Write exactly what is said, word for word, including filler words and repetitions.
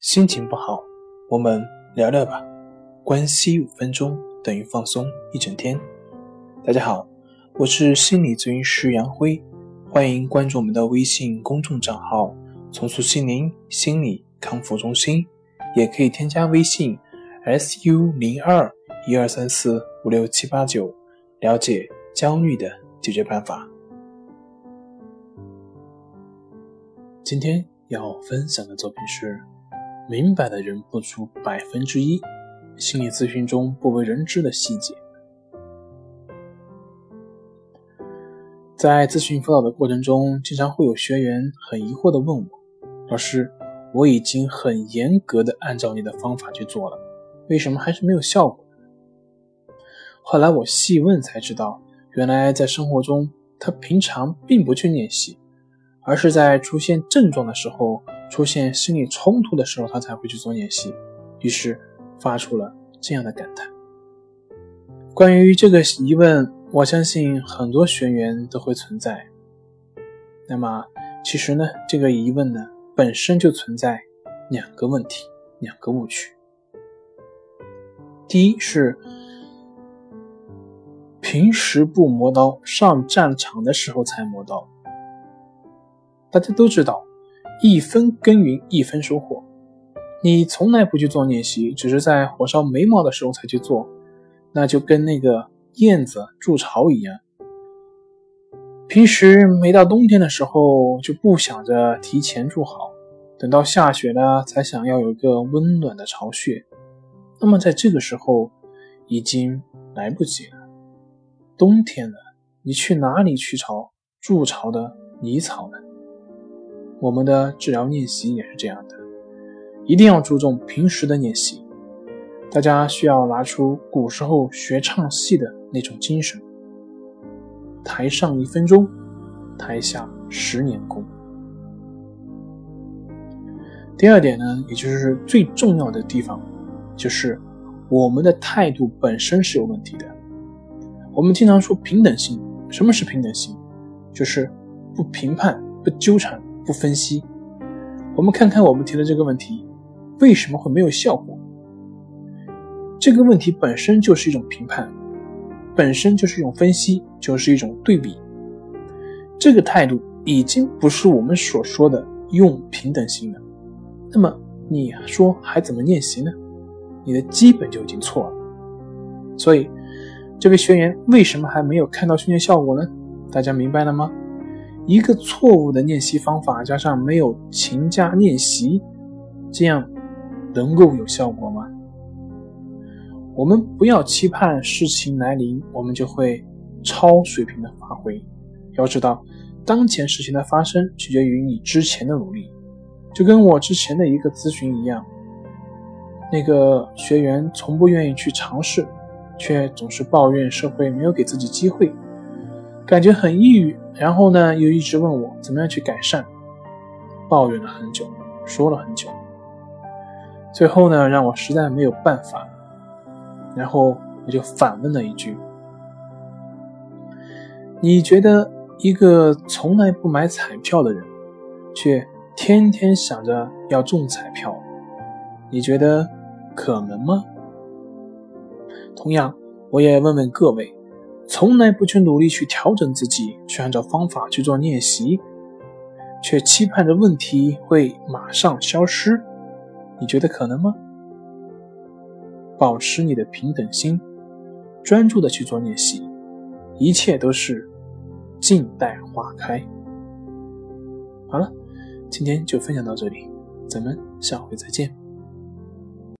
心情不好，我们聊聊吧。关系五分钟等于放松一整天。大家好，我是心理咨询师杨辉，欢迎关注我们的微信公众账号重塑心灵心理康复中心，也可以添加微信 S U 零二 一二三四 五六七八九 了解焦虑的解决办法。今天要分享的作品是明白的人不足百分之一，心理咨询中不为人知的细节。在咨询辅导的过程中，经常会有学员很疑惑地问我，老师，我已经很严格地按照你的方法去做了，为什么还是没有效果？后来我细问才知道，原来在生活中他平常并不去练习，而是在出现症状的时候，出现心理冲突的时候，他才会去做练习，于是发出了这样的感叹。关于这个疑问，我相信很多学员都会存在。那么其实呢，这个疑问呢本身就存在两个问题，两个误区。第一是平时不磨刀，上战场的时候才磨刀。大家都知道，一分耕耘一分收获，你从来不去做练习，只是在火烧眉毛的时候才去做，那就跟那个燕子筑巢一样，平时每到冬天的时候就不想着提前筑好，等到下雪了才想要有一个温暖的巢穴，那么在这个时候已经来不及了。冬天了，你去哪里去巢筑巢的泥草呢？我们的治疗练习也是这样的，一定要注重平时的练习。大家需要拿出古时候学唱戏的那种精神，台上一分钟，台下十年功。第二点呢，也就是最重要的地方，就是我们的态度本身是有问题的。我们经常说平等性，什么是平等性？就是不评判，不纠缠，不分析。我们看看我们提的这个问题为什么会没有效果。这个问题本身就是一种评判，本身就是一种分析，就是一种对比。这个态度已经不是我们所说的用平等心了，那么你说还怎么练习呢？你的基本就已经错了。所以这位学员为什么还没有看到训练效果呢？大家明白了吗？一个错误的练习方法加上没有勤加练习，这样能够有效果吗？我们不要期盼事情来临我们就会超水平的发挥，要知道当前事情的发生取决于你之前的努力。就跟我之前的一个咨询一样，那个学员从不愿意去尝试，却总是抱怨社会没有给自己机会，感觉很抑郁，然后呢又一直问我怎么样去改善，抱怨了很久，说了很久，最后呢让我实在没有办法，然后我就反问了一句，你觉得一个从来不买彩票的人却天天想着要中彩票，你觉得可能吗？同样我也问问各位，从来不去努力去调整自己，去按照方法去做练习，却期盼着问题会马上消失，你觉得可能吗？保持你的平等心，专注的去做练习，一切都是静待花开。好了，今天就分享到这里，咱们下回再见。